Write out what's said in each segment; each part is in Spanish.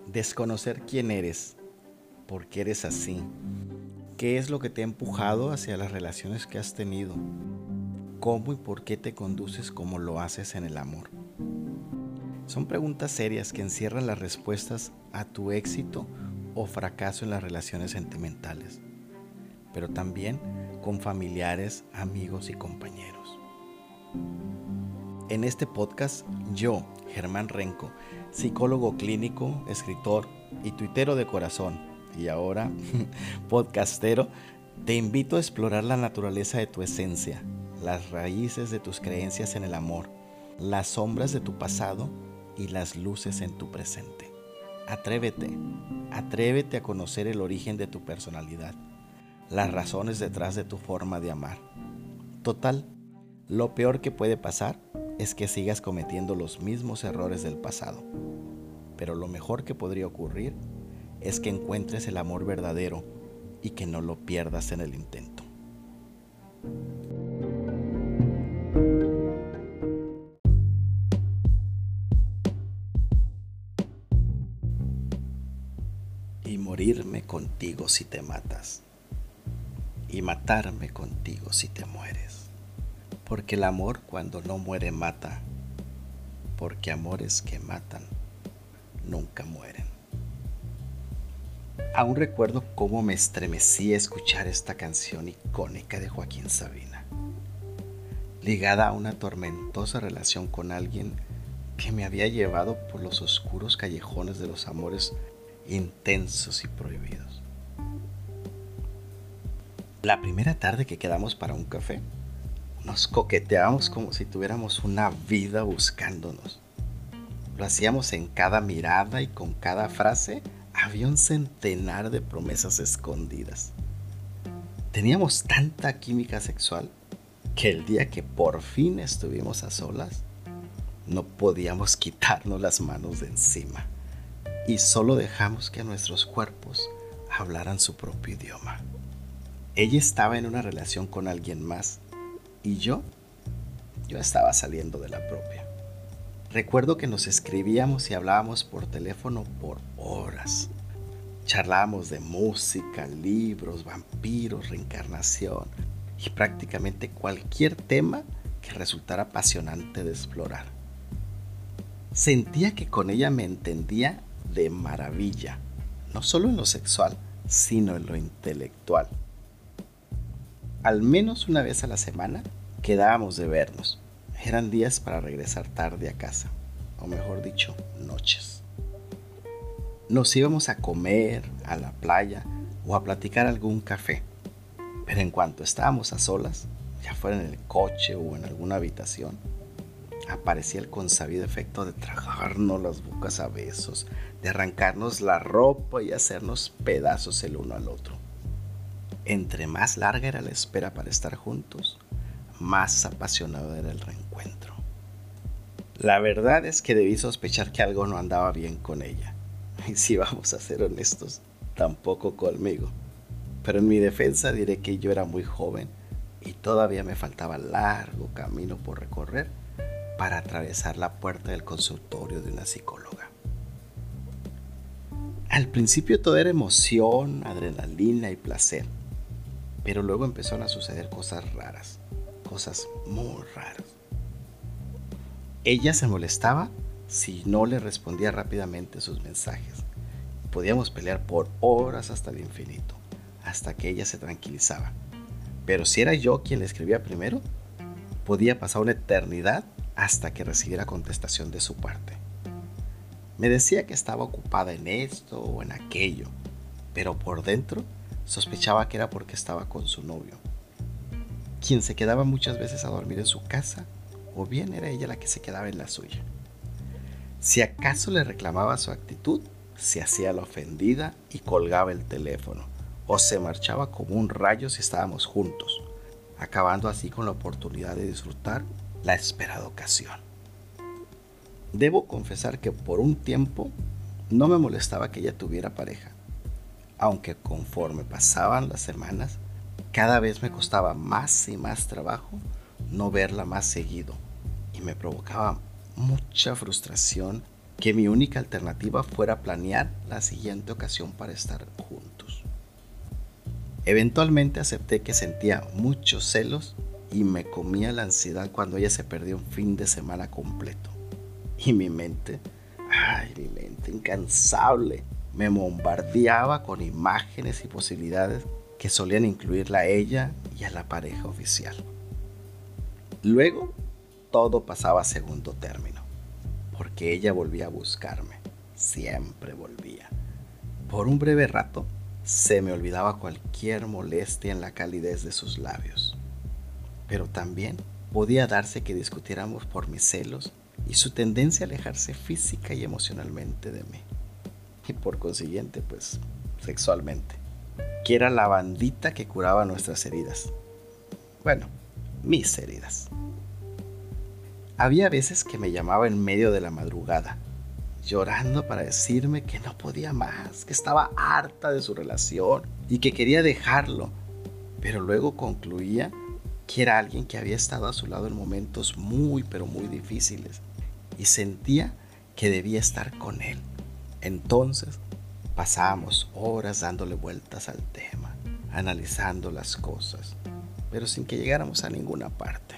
Desconocer quién eres, por qué eres así, qué es lo que te ha empujado hacia las relaciones que has tenido, cómo y por qué te conduces como lo haces en el amor. Son preguntas serias que encierran las respuestas a tu éxito o fracaso en las relaciones sentimentales, pero también con familiares, amigos y compañeros. En este podcast, yo, Germán Renco, psicólogo clínico, escritor y tuitero de corazón, y ahora podcastero, te invito a explorar la naturaleza de tu esencia, las raíces de tus creencias en el amor, las sombras de tu pasado y las luces en tu presente. Atrévete a conocer el origen de tu personalidad, las razones detrás de tu forma de amar. Total, lo peor que puede pasar es que sigas cometiendo los mismos errores del pasado. Pero lo mejor que podría ocurrir es que encuentres el amor verdadero y que no lo pierdas en el intento. Y morirme contigo si te matas. Y matarme contigo si te mueres. Porque el amor cuando no muere mata. Porque amores que matan nunca mueren. Aún recuerdo cómo me estremecí escuchar esta canción icónica de Joaquín Sabina, ligada a una tormentosa relación con alguien que me había llevado por los oscuros callejones de los amores intensos y prohibidos. La primera tarde que quedamos para un café, nos coqueteábamos como si tuviéramos una vida buscándonos. Lo hacíamos en cada mirada y con cada frase había un centenar de promesas escondidas. Teníamos tanta química sexual que el día que por fin estuvimos a solas, no podíamos quitarnos las manos de encima y solo dejamos que nuestros cuerpos hablaran su propio idioma. Ella estaba en una relación con alguien más y yo estaba saliendo de la propia. Recuerdo que nos escribíamos y hablábamos por teléfono por horas. Charlábamos de música, libros, vampiros, reencarnación y prácticamente cualquier tema que resultara apasionante de explorar. Sentía que con ella me entendía de maravilla, no solo en lo sexual, sino en lo intelectual. Al menos una vez a la semana quedábamos de vernos. Eran días para regresar tarde a casa, o mejor dicho, noches. Nos íbamos a comer, a la playa o a platicar algún café. Pero en cuanto estábamos a solas, ya fuera en el coche o en alguna habitación, aparecía el consabido efecto de tragarnos las bocas a besos, de arrancarnos la ropa y hacernos pedazos el uno al otro. Entre más larga era la espera para estar juntos, más apasionado era el reencuentro. La verdad es que debí sospechar que algo no andaba bien con ella. Y si vamos a ser honestos, tampoco conmigo. Pero en mi defensa diré que yo era muy joven y todavía me faltaba largo camino por recorrer para atravesar la puerta del consultorio de una psicóloga. Al principio todo era emoción, adrenalina y placer, pero luego empezaron a suceder cosas raras. Cosas muy raras. Ella se molestaba si no le respondía rápidamente sus mensajes. Podíamos pelear por horas hasta el infinito, hasta que ella se tranquilizaba. Pero si era yo quien le escribía primero, podía pasar una eternidad hasta que recibiera contestación de su parte. Me decía que estaba ocupada en esto o en aquello, pero por dentro sospechaba que era porque estaba con su novio, quien se quedaba muchas veces a dormir en su casa, o bien era ella la que se quedaba en la suya. Si acaso le reclamaba su actitud, se hacía la ofendida y colgaba el teléfono, o se marchaba como un rayo si estábamos juntos, acabando así con la oportunidad de disfrutar la esperada ocasión. Debo confesar que por un tiempo no me molestaba que ella tuviera pareja, aunque conforme pasaban las semanas, cada vez me costaba más y más trabajo no verla más seguido y me provocaba mucha frustración que mi única alternativa fuera planear la siguiente ocasión para estar juntos. Eventualmente acepté que sentía muchos celos y me comía la ansiedad cuando ella se perdió un fin de semana completo. Y mi mente incansable, me bombardeaba con imágenes y posibilidades que solían incluirla a ella y a la pareja oficial. Luego, todo pasaba a segundo término, porque ella volvía a buscarme, siempre volvía. Por un breve rato, se me olvidaba cualquier molestia en la calidez de sus labios. Pero también podía darse que discutiéramos por mis celos y su tendencia a alejarse física y emocionalmente de mí. Y por consiguiente, pues, sexualmente. Que era la bandita que curaba nuestras heridas. Bueno, mis heridas. Había veces que me llamaba en medio de la madrugada, llorando para decirme que no podía más, que estaba harta de su relación y que quería dejarlo. Pero luego concluía que era alguien que había estado a su lado en momentos muy, pero muy difíciles y sentía que debía estar con él. Entonces pasábamos horas dándole vueltas al tema, analizando las cosas, pero sin que llegáramos a ninguna parte.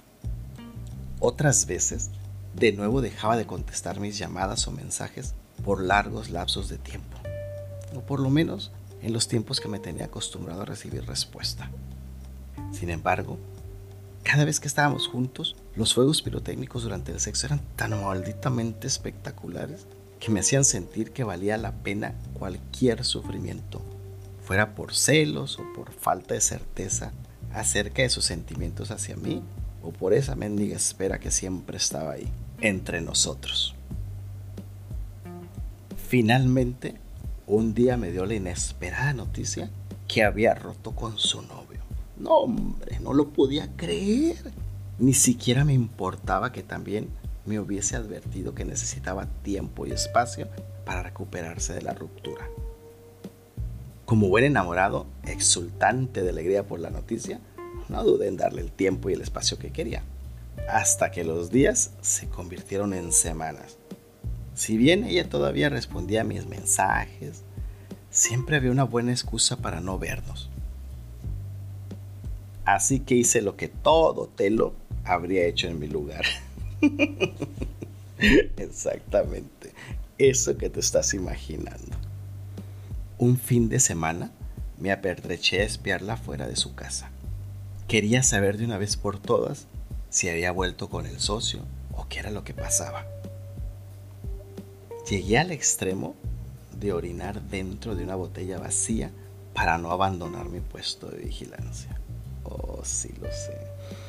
Otras veces, de nuevo dejaba de contestar mis llamadas o mensajes por largos lapsos de tiempo, o por lo menos en los tiempos que me tenía acostumbrado a recibir respuesta. Sin embargo, cada vez que estábamos juntos, los fuegos pirotécnicos durante el sexo eran tan malditamente espectaculares que me hacían sentir que valía la pena cualquier sufrimiento, fuera por celos o por falta de certeza acerca de sus sentimientos hacia mí o por esa mendiga espera que siempre estaba ahí, entre nosotros. Finalmente, un día me dio la inesperada noticia que había roto con su novio. No, hombre, no lo podía creer. Ni siquiera me importaba que también me hubiese advertido que necesitaba tiempo y espacio para recuperarse de la ruptura. Como buen enamorado, exultante de alegría por la noticia, no dudé en darle el tiempo y el espacio que quería, hasta que los días se convirtieron en semanas. Si bien ella todavía respondía a mis mensajes, siempre había una buena excusa para no vernos. Así que hice lo que todo telo habría hecho en mi lugar. Exactamente, eso que te estás imaginando. Un fin de semana me apertreché a espiarla fuera de su casa. Quería saber de una vez por todas si había vuelto con el socio o qué era lo que pasaba. Llegué al extremo de orinar dentro de una botella vacía para no abandonar mi puesto de vigilancia. Oh, sí lo sé.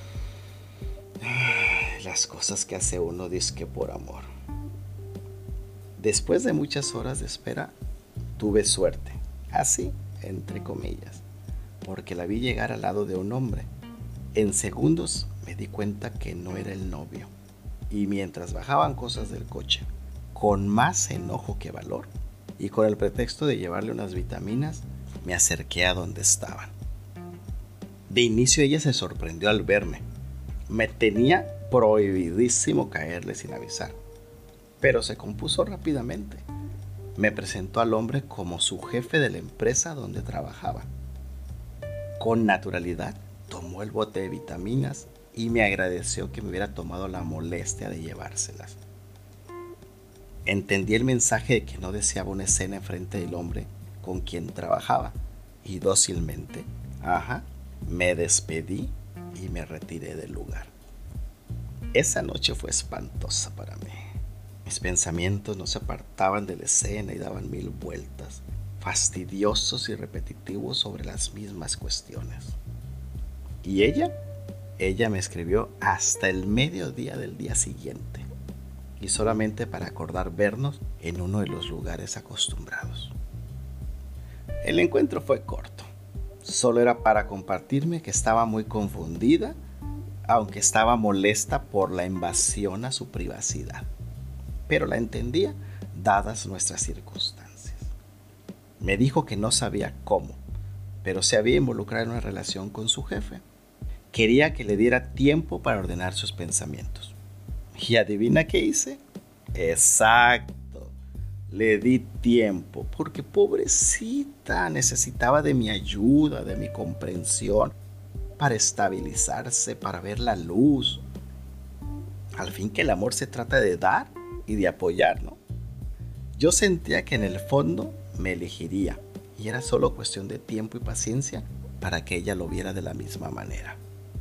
Las cosas que hace uno dizque por amor. Después de muchas horas de espera, tuve suerte, así entre comillas, porque la vi llegar al lado de un hombre. En segundos me di cuenta que no era el novio, y mientras bajaban cosas del coche, con más enojo que valor, y con el pretexto de llevarle unas vitaminas, me acerqué a donde estaban. De inicio ella se sorprendió al verme. Me tenía prohibidísimo caerle sin avisar, pero se compuso rápidamente. Me presentó al hombre como su jefe de la empresa donde trabajaba. Con naturalidad tomó el bote de vitaminas y me agradeció que me hubiera tomado la molestia de llevárselas. Entendí el mensaje de que no deseaba una escena enfrente del hombre con quien trabajaba y dócilmente, me despedí y me retiré del lugar. Esa noche fue espantosa para mí. Mis pensamientos no se apartaban de la escena y daban mil vueltas, fastidiosos y repetitivos sobre las mismas cuestiones. ¿Y ella? Ella me escribió hasta el mediodía del día siguiente, y solamente para acordar vernos en uno de los lugares acostumbrados. El encuentro fue corto. Solo era para compartirme que estaba muy confundida, aunque estaba molesta por la invasión a su privacidad. Pero la entendía, dadas nuestras circunstancias. Me dijo que no sabía cómo, pero se había involucrado en una relación con su jefe. Quería que le diera tiempo para ordenar sus pensamientos. ¿Y adivina qué hice? Exacto. Le di tiempo porque pobrecita necesitaba de mi ayuda, de mi comprensión, para estabilizarse, para ver la luz. Al fin que el amor se trata de dar y de apoyar, ¿no? Yo sentía que en el fondo me elegiría y era solo cuestión de tiempo y paciencia para que ella lo viera de la misma manera.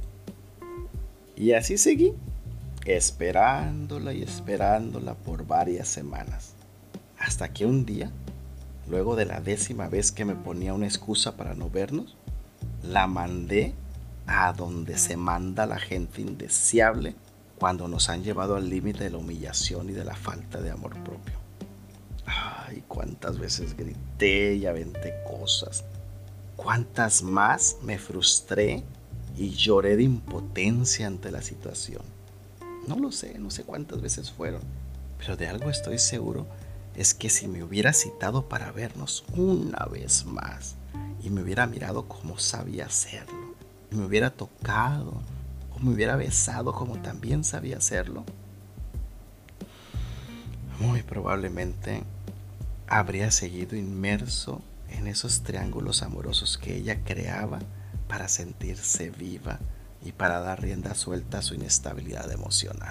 Y así seguí, esperándola y esperándola por varias semanas. Hasta que un día, luego de la 10ª vez que me ponía una excusa para no vernos, la mandé a donde se manda la gente indeseable cuando nos han llevado al límite de la humillación y de la falta de amor propio. Ay, cuántas veces grité y aventé cosas. Cuántas más me frustré y lloré de impotencia ante la situación. No sé cuántas veces fueron, pero de algo estoy seguro, es que si me hubiera citado para vernos una vez más y me hubiera mirado como sabía hacerlo, y me hubiera tocado o me hubiera besado como también sabía hacerlo, muy probablemente habría seguido inmerso en esos triángulos amorosos que ella creaba para sentirse viva y para dar rienda suelta a su inestabilidad emocional.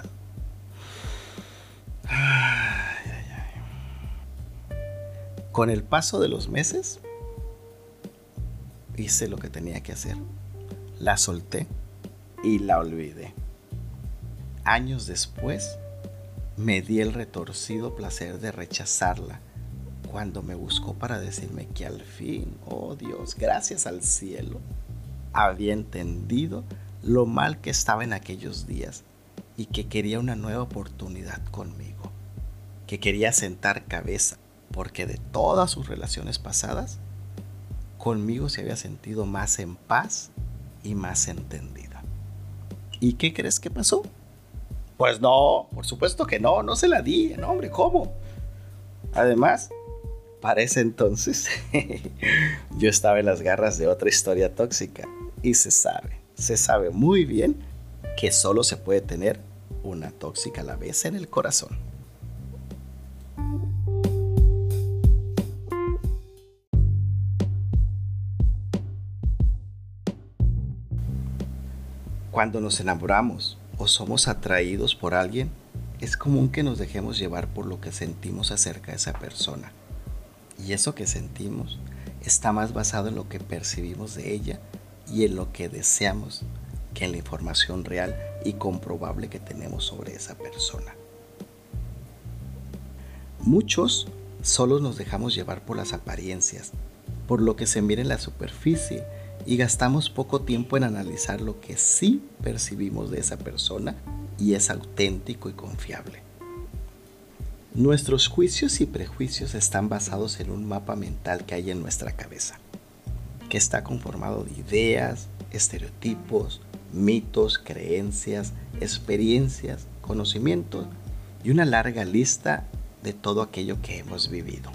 Ay, ay, ay. Con el paso de los meses, hice lo que tenía que hacer. La solté y la olvidé. Años después, me di el retorcido placer de rechazarla cuando me buscó para decirme que al fin, oh Dios, gracias al cielo, había entendido lo mal que estaba en aquellos días y que quería una nueva oportunidad conmigo, que quería sentar cabeza, porque de todas sus relaciones pasadas, conmigo se había sentido más en paz y más entendida. ¿Y qué crees que pasó? Pues no, por supuesto que no se la di, no hombre, ¿cómo? Además, para ese entonces, yo estaba en las garras de otra historia tóxica y se sabe muy bien que solo se puede tener una tóxica a la vez en el corazón. Cuando nos enamoramos o somos atraídos por alguien, es común que nos dejemos llevar por lo que sentimos acerca de esa persona. Y eso que sentimos está más basado en lo que percibimos de ella y en lo que deseamos que en la información real y comprobable que tenemos sobre esa persona. Muchos solo nos dejamos llevar por las apariencias, por lo que se mira en la superficie, y gastamos poco tiempo en analizar lo que sí percibimos de esa persona y es auténtico y confiable. Nuestros juicios y prejuicios están basados en un mapa mental que hay en nuestra cabeza, que está conformado de ideas, estereotipos, mitos, creencias, experiencias, conocimientos y una larga lista de todo aquello que hemos vivido.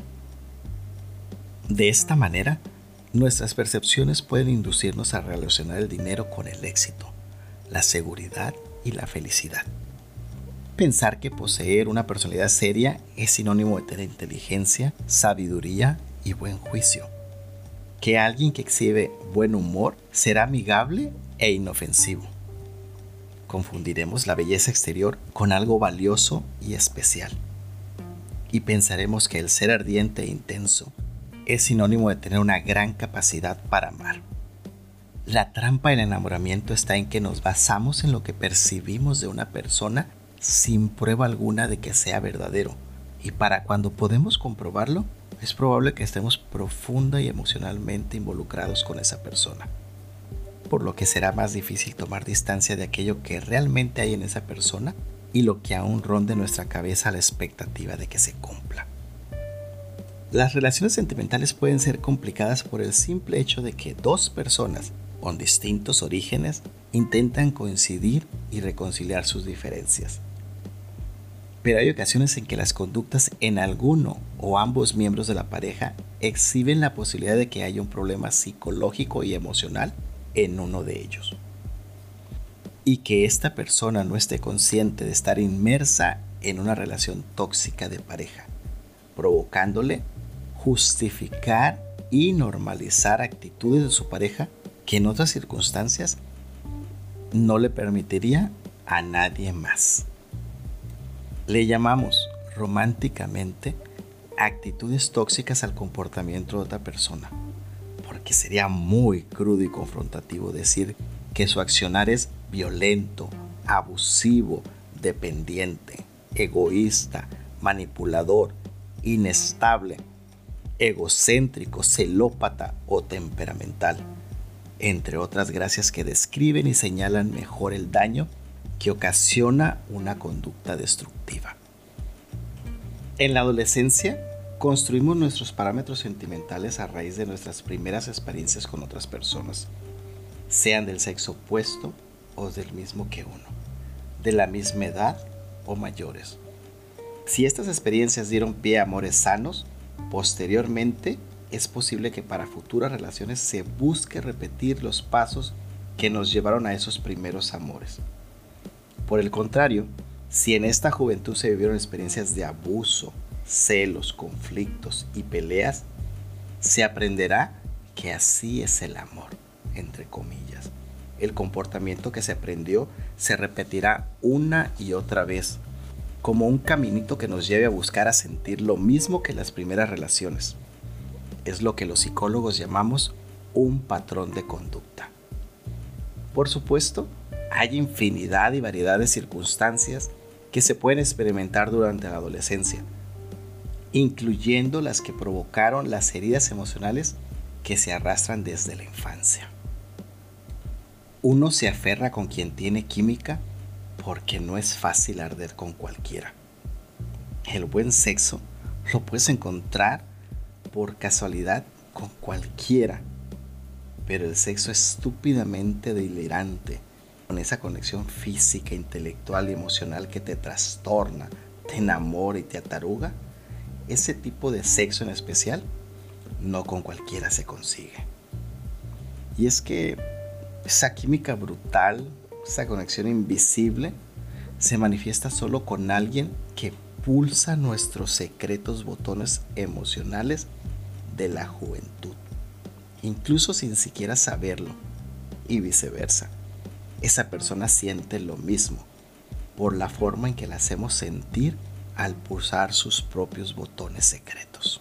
De esta manera, nuestras percepciones pueden inducirnos a relacionar el dinero con el éxito, la seguridad y la felicidad. Pensar que poseer una personalidad seria es sinónimo de tener inteligencia, sabiduría y buen juicio. Que alguien que exhibe buen humor será amigable e inofensivo. Confundiremos la belleza exterior con algo valioso y especial. Y pensaremos que el ser ardiente e intenso es sinónimo de tener una gran capacidad para amar. La trampa del enamoramiento está en que nos basamos en lo que percibimos de una persona sin prueba alguna de que sea verdadero, y para cuando podemos comprobarlo, es probable que estemos profunda y emocionalmente involucrados con esa persona, por lo que será más difícil tomar distancia de aquello que realmente hay en esa persona y lo que aún ronde en nuestra cabeza a la expectativa de que se cumpla. Las relaciones sentimentales pueden ser complicadas por el simple hecho de que dos personas con distintos orígenes intentan coincidir y reconciliar sus diferencias. Pero hay ocasiones en que las conductas en alguno o ambos miembros de la pareja exhiben la posibilidad de que haya un problema psicológico y emocional en uno de ellos. Y que esta persona no esté consciente de estar inmersa en una relación tóxica de pareja, provocándole justificar y normalizar actitudes de su pareja que en otras circunstancias no le permitiría a nadie más. Le llamamos románticamente actitudes tóxicas al comportamiento de otra persona, porque sería muy crudo y confrontativo decir que su accionar es violento, abusivo, dependiente, egoísta, manipulador, inestable, egocéntrico, celópata o temperamental, entre otras gracias que describen y señalan mejor el daño que ocasiona una conducta destructiva. En la adolescencia, construimos nuestros parámetros sentimentales a raíz de nuestras primeras experiencias con otras personas, sean del sexo opuesto o del mismo que uno, de la misma edad o mayores. Si estas experiencias dieron pie a amores sanos, posteriormente es posible que para futuras relaciones se busque repetir los pasos que nos llevaron a esos primeros amores. Por el contrario, si en esta juventud se vivieron experiencias de abuso, celos, conflictos y peleas, se aprenderá que así es el amor, entre comillas. El comportamiento que se aprendió se repetirá una y otra vez, como un caminito que nos lleve a buscar a sentir lo mismo que las primeras relaciones. Es lo que los psicólogos llamamos un patrón de conducta. Por supuesto, hay infinidad y variedad de circunstancias que se pueden experimentar durante la adolescencia, incluyendo las que provocaron las heridas emocionales que se arrastran desde la infancia. Uno se aferra con quien tiene química porque no es fácil arder con cualquiera. El buen sexo lo puedes encontrar por casualidad con cualquiera, pero el sexo estúpidamente delirante, con esa conexión física, intelectual y emocional que te trastorna, te enamora y te ataruga, ese tipo de sexo en especial, no con cualquiera se consigue. Y es que esa química brutal, esa conexión invisible, se manifiesta solo con alguien que pulsa nuestros secretos botones emocionales de la juventud, incluso sin siquiera saberlo, y viceversa. Esa persona siente lo mismo por la forma en que la hacemos sentir al pulsar sus propios botones secretos.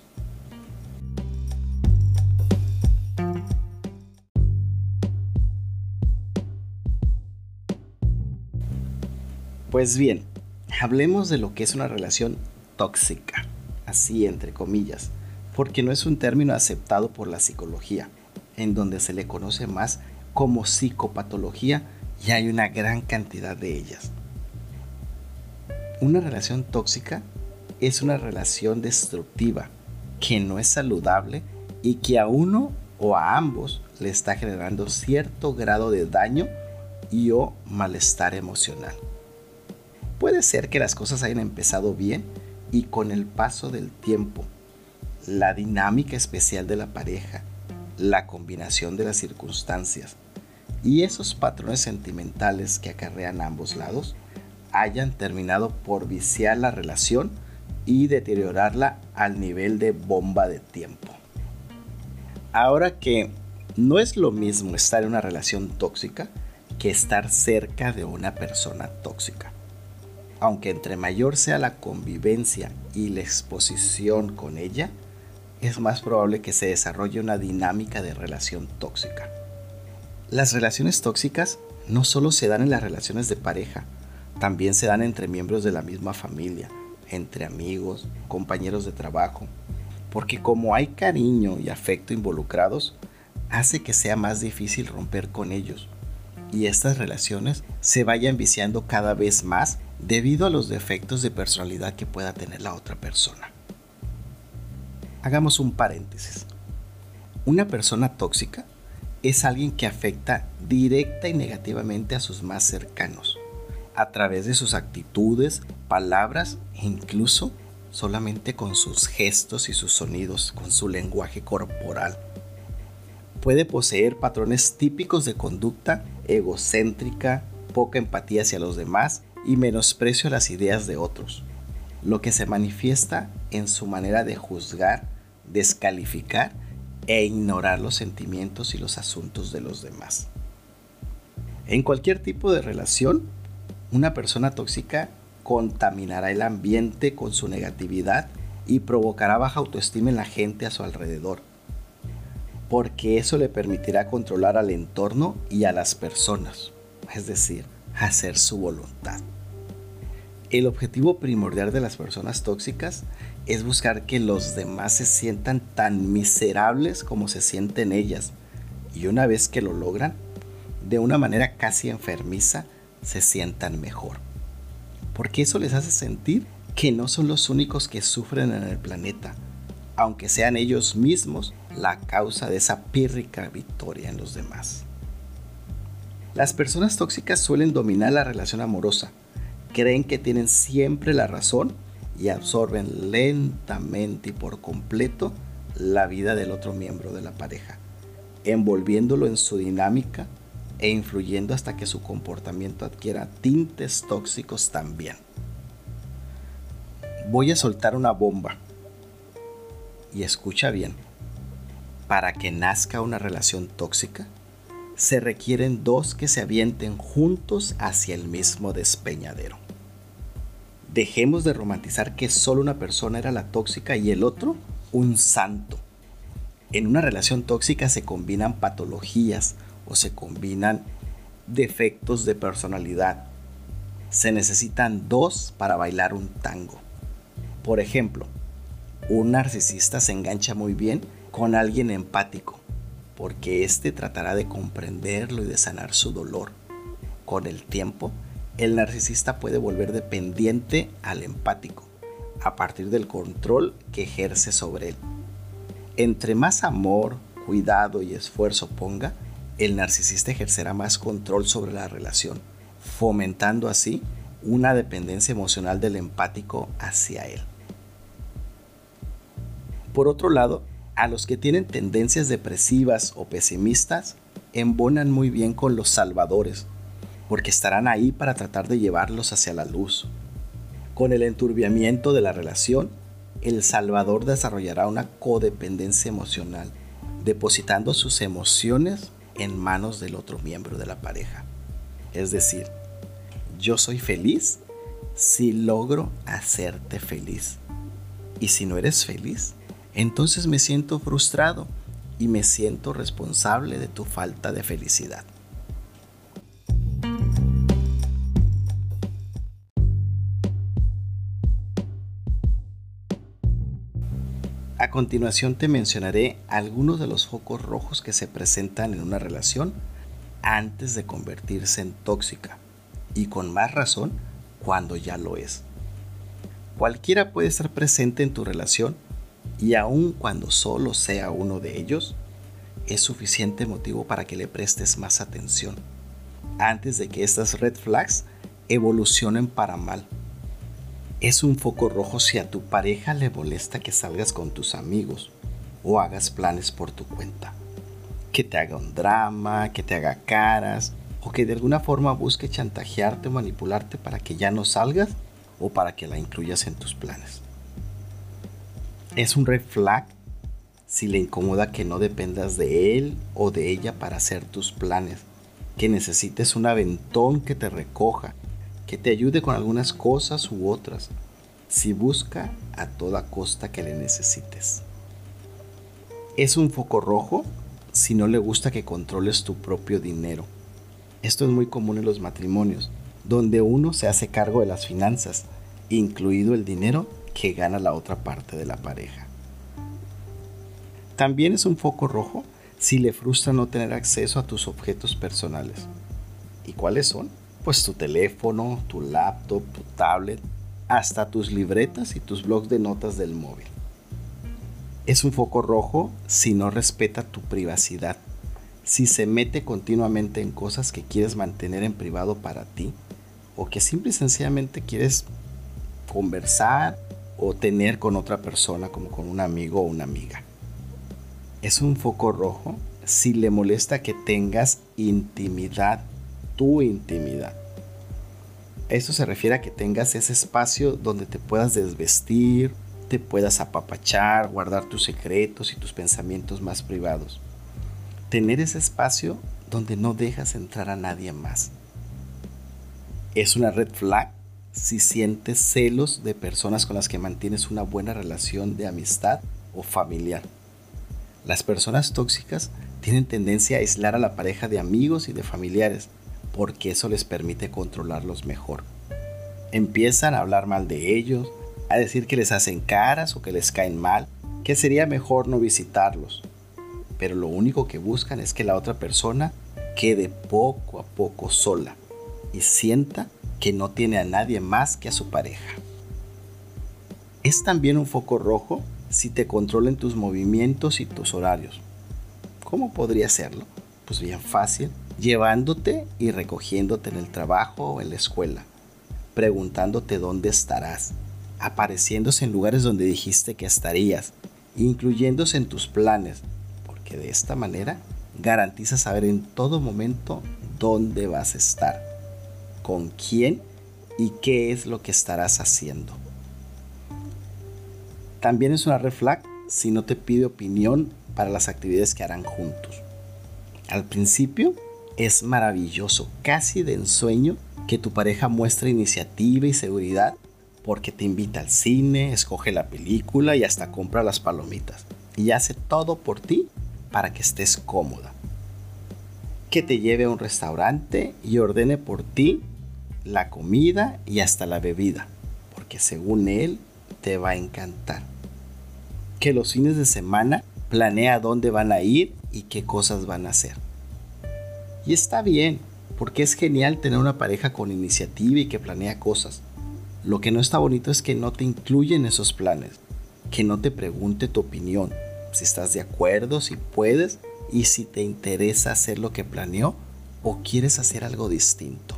Pues bien, hablemos de lo que es una relación tóxica, así entre comillas, porque no es un término aceptado por la psicología, en donde se le conoce más como psicopatología y hay una gran cantidad de ellas. Una relación tóxica es una relación destructiva que no es saludable y que a uno o a ambos le está generando cierto grado de daño y o malestar emocional. Puede ser que las cosas hayan empezado bien y con el paso del tiempo, la dinámica especial de la pareja, la combinación de las circunstancias y esos patrones sentimentales que acarrean a ambos lados hayan terminado por viciar la relación y deteriorarla al nivel de bomba de tiempo. Ahora que no es lo mismo estar en una relación tóxica que estar cerca de una persona tóxica. Aunque entre mayor sea la convivencia y la exposición con ella, es más probable que se desarrolle una dinámica de relación tóxica. Las relaciones tóxicas no solo se dan en las relaciones de pareja, también se dan entre miembros de la misma familia, entre amigos, compañeros de trabajo, porque como hay cariño y afecto involucrados, hace que sea más difícil romper con ellos y estas relaciones se vayan viciando cada vez más debido a los defectos de personalidad que pueda tener la otra persona. Hagamos un paréntesis. Una persona tóxica es alguien que afecta directa y negativamente a sus más cercanos, a través de sus actitudes, palabras e incluso solamente con sus gestos y sus sonidos, con su lenguaje corporal. Puede poseer patrones típicos de conducta egocéntrica, poca empatía hacia los demás y menosprecio a las ideas de otros, lo que se manifiesta en su manera de juzgar, descalificar e ignorar los sentimientos y los asuntos de los demás. En cualquier tipo de relación, una persona tóxica contaminará el ambiente con su negatividad y provocará baja autoestima en la gente a su alrededor, porque eso le permitirá controlar al entorno y a las personas, es decir, hacer su voluntad. El objetivo primordial de las personas tóxicas es buscar que los demás se sientan tan miserables como se sienten ellas, y una vez que lo logran, de una manera casi enfermiza, se sientan mejor. Porque eso les hace sentir que no son los únicos que sufren en el planeta, aunque sean ellos mismos la causa de esa pírrica victoria en los demás. Las personas tóxicas suelen dominar la relación amorosa, creen que tienen siempre la razón y absorben lentamente y por completo la vida del otro miembro de la pareja, envolviéndolo en su dinámica e influyendo hasta que su comportamiento adquiera tintes tóxicos también. Voy a soltar una bomba y escucha bien. Para que nazca una relación tóxica, se requieren dos que se avienten juntos hacia el mismo despeñadero. Dejemos de romantizar que solo una persona era la tóxica y el otro un santo. En una relación tóxica se combinan patologías o se combinan defectos de personalidad. Se necesitan dos para bailar un tango. Por ejemplo, un narcisista se engancha muy bien con alguien empático, porque éste tratará de comprenderlo y de sanar su dolor. Con el tiempo, el narcisista puede volver dependiente al empático, a partir del control que ejerce sobre él. Entre más amor, cuidado y esfuerzo ponga, el narcisista ejercerá más control sobre la relación, fomentando así una dependencia emocional del empático hacia él. Por otro lado, a los que tienen tendencias depresivas o pesimistas, embonan muy bien con los salvadores, porque estarán ahí para tratar de llevarlos hacia la luz. Con el enturbiamiento de la relación, el salvador desarrollará una codependencia emocional, depositando sus emociones en manos del otro miembro de la pareja. Es decir, yo soy feliz si logro hacerte feliz. Y si no eres feliz, entonces me siento frustrado y me siento responsable de tu falta de felicidad. A continuación te mencionaré algunos de los focos rojos que se presentan en una relación antes de convertirse en tóxica, y con más razón cuando ya lo es. Cualquiera puede estar presente en tu relación, y aun cuando solo sea uno de ellos, es suficiente motivo para que le prestes más atención, antes de que estas red flags evolucionen para mal. Es un foco rojo si a tu pareja le molesta que salgas con tus amigos o hagas planes por tu cuenta, que te haga un drama, que te haga caras o que de alguna forma busque chantajearte o manipularte para que ya no salgas o para que la incluyas en tus planes. Es un red flag si le incomoda que no dependas de él o de ella para hacer tus planes, que necesites un aventón que te recoja, que te ayude con algunas cosas u otras, si busca a toda costa que le necesites. Es un foco rojo si no le gusta que controles tu propio dinero. Esto es muy común en los matrimonios, donde uno se hace cargo de las finanzas, incluido el dinero que gana la otra parte de la pareja. También es un foco rojo si le frustra no tener acceso a tus objetos personales. ¿Y cuáles son? Pues tu teléfono, tu laptop, tu tablet, hasta tus libretas y tus blocs de notas del móvil. Es un foco rojo si no respeta tu privacidad, si se mete continuamente en cosas que quieres mantener en privado para ti, o que simple y sencillamente quieres conversar o tener con otra persona, como con un amigo o una amiga. Es un foco rojo si le molesta que tengas intimidad, tu intimidad. Esto se refiere a que tengas ese espacio donde te puedas desvestir, te puedas apapachar, guardar tus secretos y tus pensamientos más privados. Tener ese espacio donde no dejas entrar a nadie más. Es una red flag si sientes celos de personas con las que mantienes una buena relación de amistad o familiar. Las personas tóxicas tienen tendencia a aislar a la pareja de amigos y de familiares, porque eso les permite controlarlos mejor. Empiezan a hablar mal de ellos, a decir que les hacen caras o que les caen mal, que sería mejor no visitarlos. Pero lo único que buscan es que la otra persona quede poco a poco sola y sienta que no tiene a nadie más que a su pareja. Es también un foco rojo si te controlan tus movimientos y tus horarios. ¿Cómo podría hacerlo? Pues bien fácil, llevándote y recogiéndote en el trabajo o en la escuela, preguntándote dónde estarás, apareciéndose en lugares donde dijiste que estarías, incluyéndose en tus planes, porque de esta manera garantiza saber en todo momento dónde vas a estar, con quién y qué es lo que estarás haciendo. También es una red flag si no te pide opinión para las actividades que harán juntos. Al principio es maravilloso, casi de ensueño, que tu pareja muestre iniciativa y seguridad porque te invita al cine, escoge la película y hasta compra las palomitas. Y hace todo por ti para que estés cómoda. Que te lleve a un restaurante y ordene por ti la comida y hasta la bebida, porque según él te va a encantar. Que los fines de semana planea dónde van a ir y qué cosas van a hacer. Y está bien, porque es genial tener una pareja con iniciativa y que planea cosas. Lo que no está bonito es que no te incluye en esos planes, que no te pregunte tu opinión, si estás de acuerdo, si puedes y si te interesa hacer lo que planeó o quieres hacer algo distinto.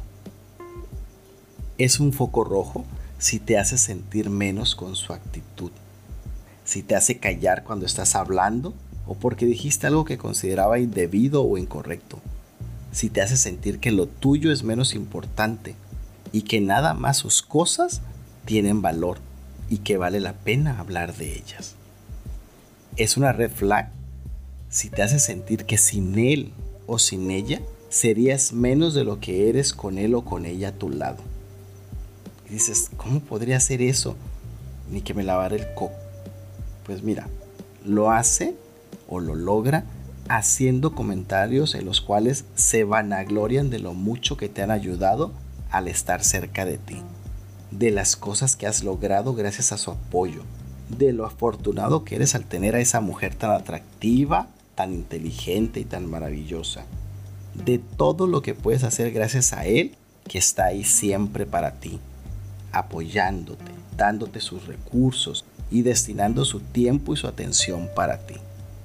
Es un foco rojo si te hace sentir menos con su actitud, si te hace callar cuando estás hablando o porque dijiste algo que consideraba indebido o incorrecto, si te hace sentir que lo tuyo es menos importante y que nada más sus cosas tienen valor y que vale la pena hablar de ellas. Es una red flag si te hace sentir que sin él o sin ella serías menos de lo que eres con él o con ella a tu lado. Y dices, ¿cómo podría hacer eso? Ni que me lavara el coco. Pues mira, lo hace o lo logra haciendo comentarios en los cuales se vanaglorian de lo mucho que te han ayudado al estar cerca de ti, de las cosas que has logrado gracias a su apoyo, de lo afortunado que eres al tener a esa mujer tan atractiva, tan inteligente y tan maravillosa, de todo lo que puedes hacer gracias a él que está ahí siempre para ti, apoyándote, dándote sus recursos y destinando su tiempo y su atención para ti.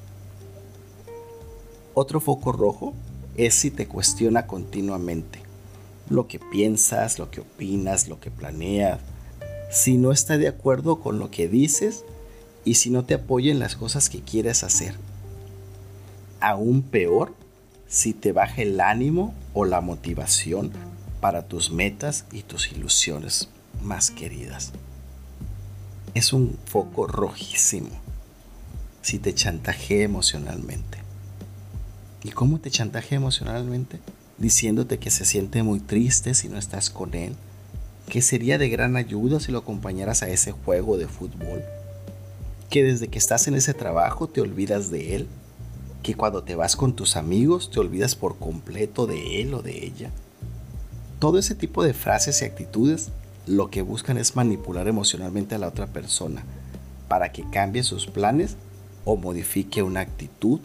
Otro foco rojo es si te cuestiona continuamente lo que piensas, lo que opinas, lo que planeas, si no está de acuerdo con lo que dices y si no te apoya en las cosas que quieres hacer. Aún peor, si te baja el ánimo o la motivación para tus metas y tus ilusiones más queridas. Es un foco rojísimo si te chantajea emocionalmente. ¿Y cómo te chantajea emocionalmente? Diciéndote que se siente muy triste si no estás con él, que sería de gran ayuda si lo acompañaras a ese juego de fútbol, que desde que estás en ese trabajo te olvidas de él, que cuando te vas con tus amigos te olvidas por completo de él o de ella. Todo ese tipo de frases y actitudes lo que buscan es manipular emocionalmente a la otra persona para que cambie sus planes o modifique una actitud.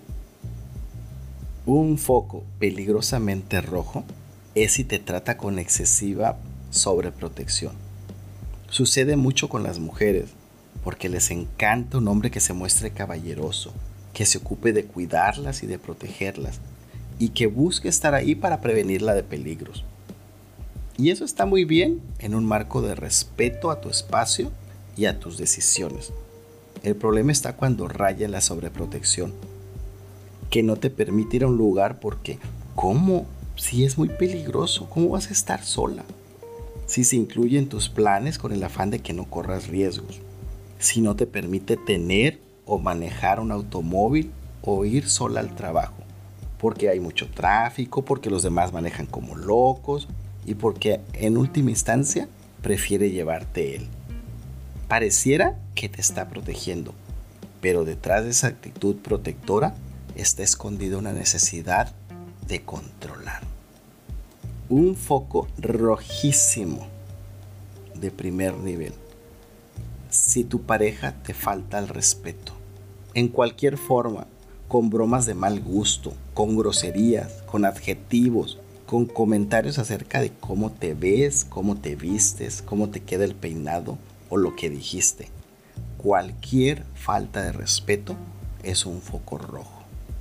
Un foco peligrosamente rojo es si te trata con excesiva sobreprotección. Sucede mucho con las mujeres porque les encanta un hombre que se muestre caballeroso, que se ocupe de cuidarlas y de protegerlas y que busque estar ahí para prevenirla de peligros. Y eso está muy bien en un marco de respeto a tu espacio y a tus decisiones. El problema está cuando raya en la sobreprotección, que no te permite ir a un lugar porque, ¿cómo? Si es muy peligroso, ¿cómo vas a estar sola? si se incluye en tus planes con el afán de que no corras riesgos, si no te permite tener o manejar un automóvil o ir sola al trabajo, porque hay mucho tráfico, porque los demás manejan como locos y porque en última instancia prefiere llevarte él. Pareciera que te está protegiendo, pero detrás de esa actitud protectora está escondida una necesidad de controlar. Un foco rojísimo de primer nivel. Si tu pareja te falta el respeto, en cualquier forma, con bromas de mal gusto, con groserías, con adjetivos, con comentarios acerca de cómo te ves, cómo te vistes, cómo te queda el peinado o lo que dijiste. Cualquier falta de respeto es un foco rojo.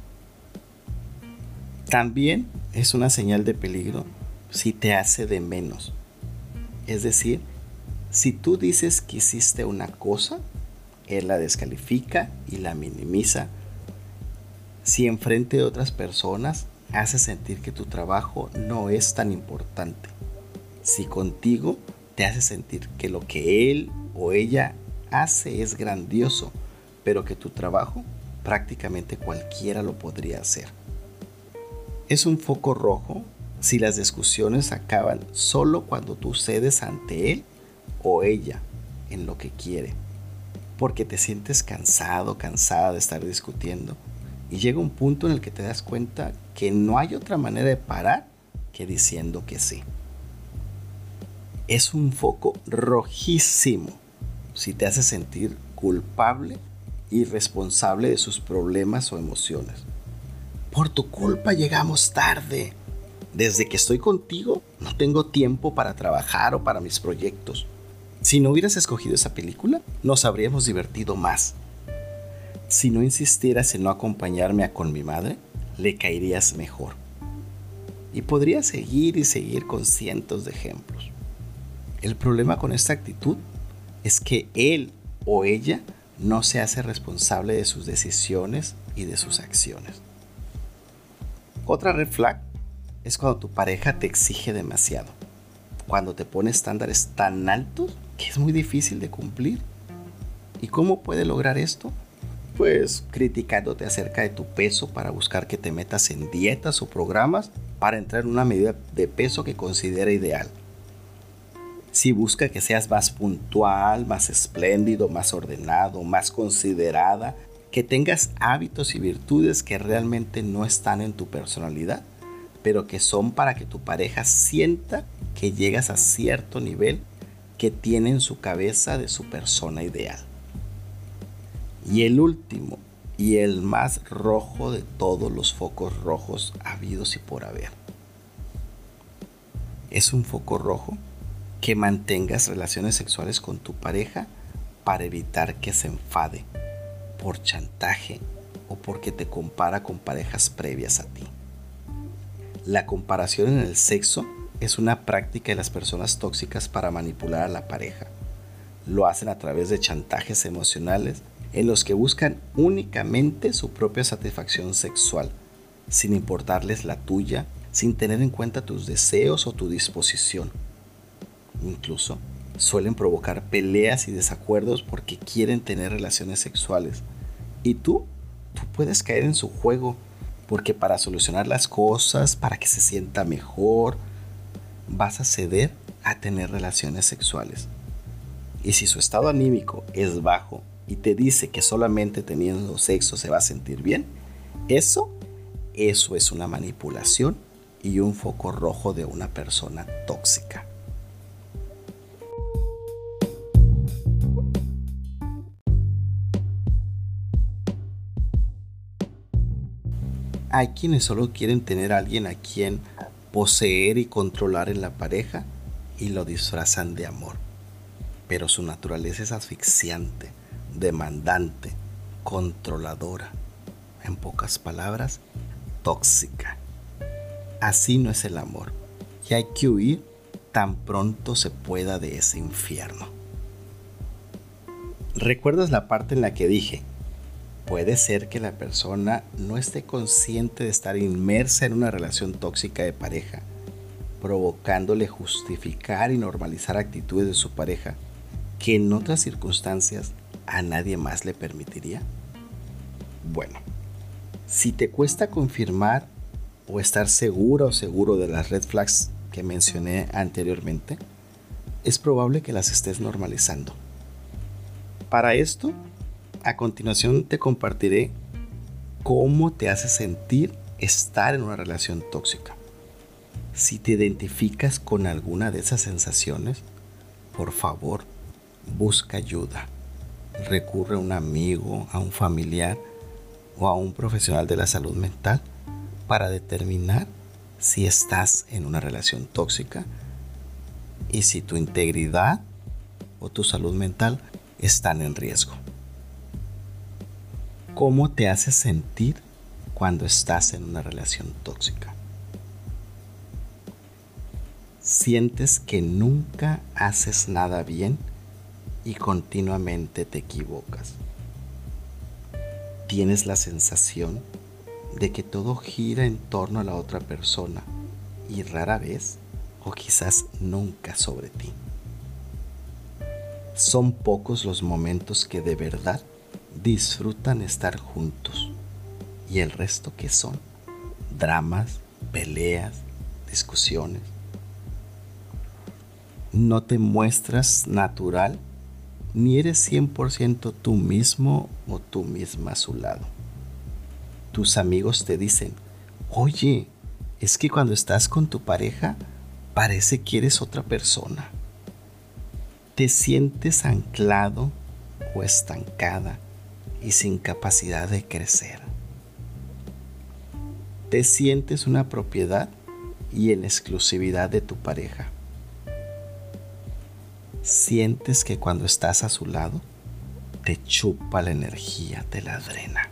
También es una señal de peligro si te hace de menos. Es decir, si tú dices que hiciste una cosa, él la descalifica y la minimiza. Si enfrente de otras personas hace sentir que tu trabajo no es tan importante. Si contigo te hace sentir que lo que él o ella hace es grandioso, pero que tu trabajo prácticamente cualquiera lo podría hacer. Es un foco rojo si las discusiones acaban solo cuando tú cedes ante él o ella en lo que quiere, porque te sientes cansado, cansada de estar discutiendo y llega un punto en el que te das cuenta que no hay otra manera de parar que diciendo que sí. Es un foco rojísimo si te hace sentir culpable y responsable de sus problemas o emociones. Por tu culpa llegamos tarde. Desde que estoy contigo no tengo tiempo para trabajar o para mis proyectos. Si no hubieras escogido esa película, nos habríamos divertido más. Si no insistieras en no acompañarme a con mi madre, le caerías mejor. Y podría seguir y seguir con cientos de ejemplos. El problema con esta actitud es que él o ella no se hace responsable de sus decisiones y de sus acciones. Otra red flag es cuando tu pareja te exige demasiado, cuando te pone estándares tan altos que es muy difícil de cumplir. ¿Y cómo puede lograr esto? Pues criticándote acerca de tu peso para buscar que te metas en dietas o programas para entrar en una medida de peso que considera ideal. Si busca que seas más puntual, más espléndido, más ordenado, más considerada, que tengas hábitos y virtudes que realmente no están en tu personalidad, pero que son para que tu pareja sienta que llegas a cierto nivel que tiene en su cabeza de su persona ideal. Y el último y el más rojo de todos los focos rojos habidos y por haber. Es un foco rojo que mantengas relaciones sexuales con tu pareja para evitar que se enfade, por chantaje o porque te compara con parejas previas a ti. La comparación en el sexo es una práctica de las personas tóxicas para manipular a la pareja. Lo hacen a través de chantajes emocionales en los que buscan únicamente su propia satisfacción sexual, sin importarles la tuya, sin tener en cuenta tus deseos o tu disposición. Incluso suelen provocar peleas y desacuerdos porque quieren tener relaciones sexuales. Y tú puedes caer en su juego, porque para solucionar las cosas, para que se sienta mejor, vas a ceder a tener relaciones sexuales. Y si su estado anímico es bajo y te dice que solamente teniendo sexo se va a sentir bien, eso es una manipulación y un foco rojo de una persona tóxica. Hay quienes solo quieren tener a alguien a quien poseer y controlar en la pareja y lo disfrazan de amor. Pero su naturaleza es asfixiante, demandante, controladora. En pocas palabras, tóxica. Así no es el amor. Y hay que huir tan pronto se pueda de ese infierno. ¿Recuerdas la parte en la que dije? Puede ser que la persona no esté consciente de estar inmersa en una relación tóxica de pareja, provocándole justificar y normalizar actitudes de su pareja que en otras circunstancias a nadie más le permitiría? Bueno, si te cuesta confirmar o estar segura o seguro de las red flags que mencioné anteriormente, es probable que las estés normalizando. Para esto, a continuación te compartiré cómo te hace sentir estar en una relación tóxica. Si te identificas con alguna de esas sensaciones, por favor, busca ayuda. Recurre a un amigo, a un familiar o a un profesional de la salud mental para determinar si estás en una relación tóxica y si tu integridad o tu salud mental están en riesgo. ¿Cómo te hace sentir cuando estás en una relación tóxica? ¿Sientes que nunca haces nada bien y continuamente te equivocas? ¿Tienes la sensación de que todo gira en torno a la otra persona y rara vez o quizás nunca sobre ti? Son pocos los momentos que de verdad disfrutan estar juntos y el resto que son dramas, peleas, discusiones. No te muestras natural ni eres 100% tú mismo o tú misma a su lado. Tus amigos te dicen: oye, es que cuando estás con tu pareja parece que eres otra persona. Te sientes anclado o estancada y sin capacidad de crecer. Te sientes una propiedad y en exclusividad de tu pareja. Sientes que cuando estás a su lado te chupa la energía, te la drena.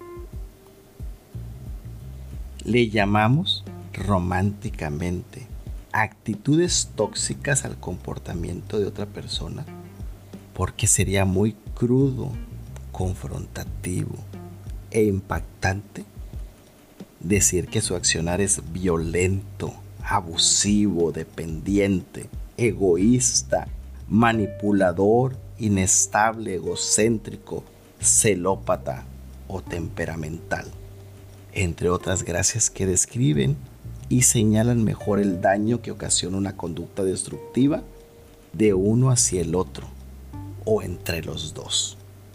Le llamamos románticamente actitudes tóxicas al comportamiento de otra persona porque sería muy crudo, confrontativo e impactante decir que su accionar es violento, abusivo, dependiente, egoísta, manipulador, inestable, egocéntrico, celópata o temperamental, entre otras gracias que describen y señalan mejor el daño que ocasiona una conducta destructiva de uno hacia el otro o entre los dos.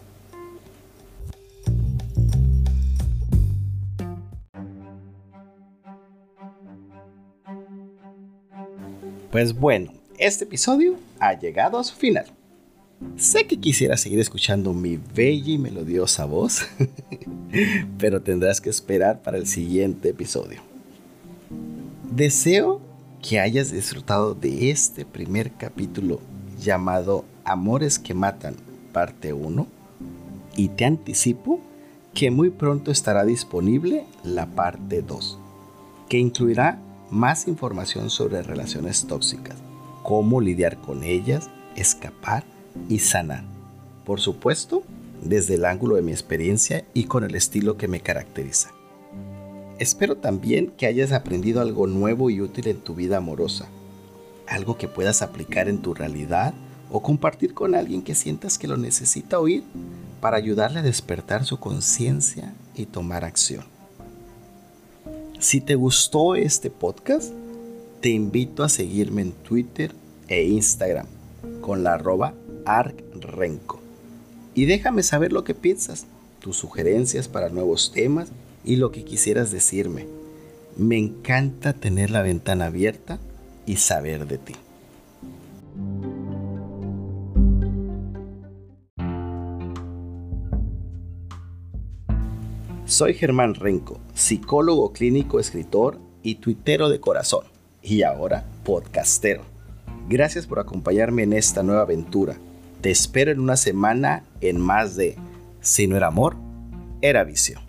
Pues bueno, este episodio ha llegado a su final. Sé que quisiera seguir escuchando mi bella y melodiosa voz, pero tendrás que esperar para el siguiente episodio. Deseo que hayas disfrutado de este primer capítulo llamado Amores que Matan, parte 1, y te anticipo que muy pronto estará disponible la parte 2, que incluirá más información sobre relaciones tóxicas, cómo lidiar con ellas, escapar y sanar. Por supuesto, desde el ángulo de mi experiencia y con el estilo que me caracteriza. Espero también que hayas aprendido algo nuevo y útil en tu vida amorosa, algo que puedas aplicar en tu realidad o compartir con alguien que sientas que lo necesita oír para ayudarle a despertar su conciencia y tomar acción. Si te gustó este podcast, te invito a seguirme en Twitter e Instagram con la @arcrenco y déjame saber lo que piensas, tus sugerencias para nuevos temas y lo que quisieras decirme. Me encanta tener la ventana abierta y saber de ti. Soy Germán Renco, psicólogo clínico, escritor y tuitero de corazón, y ahora podcastero. Gracias por acompañarme en esta nueva aventura. Te espero en una semana en más de Si no era amor, era vicio.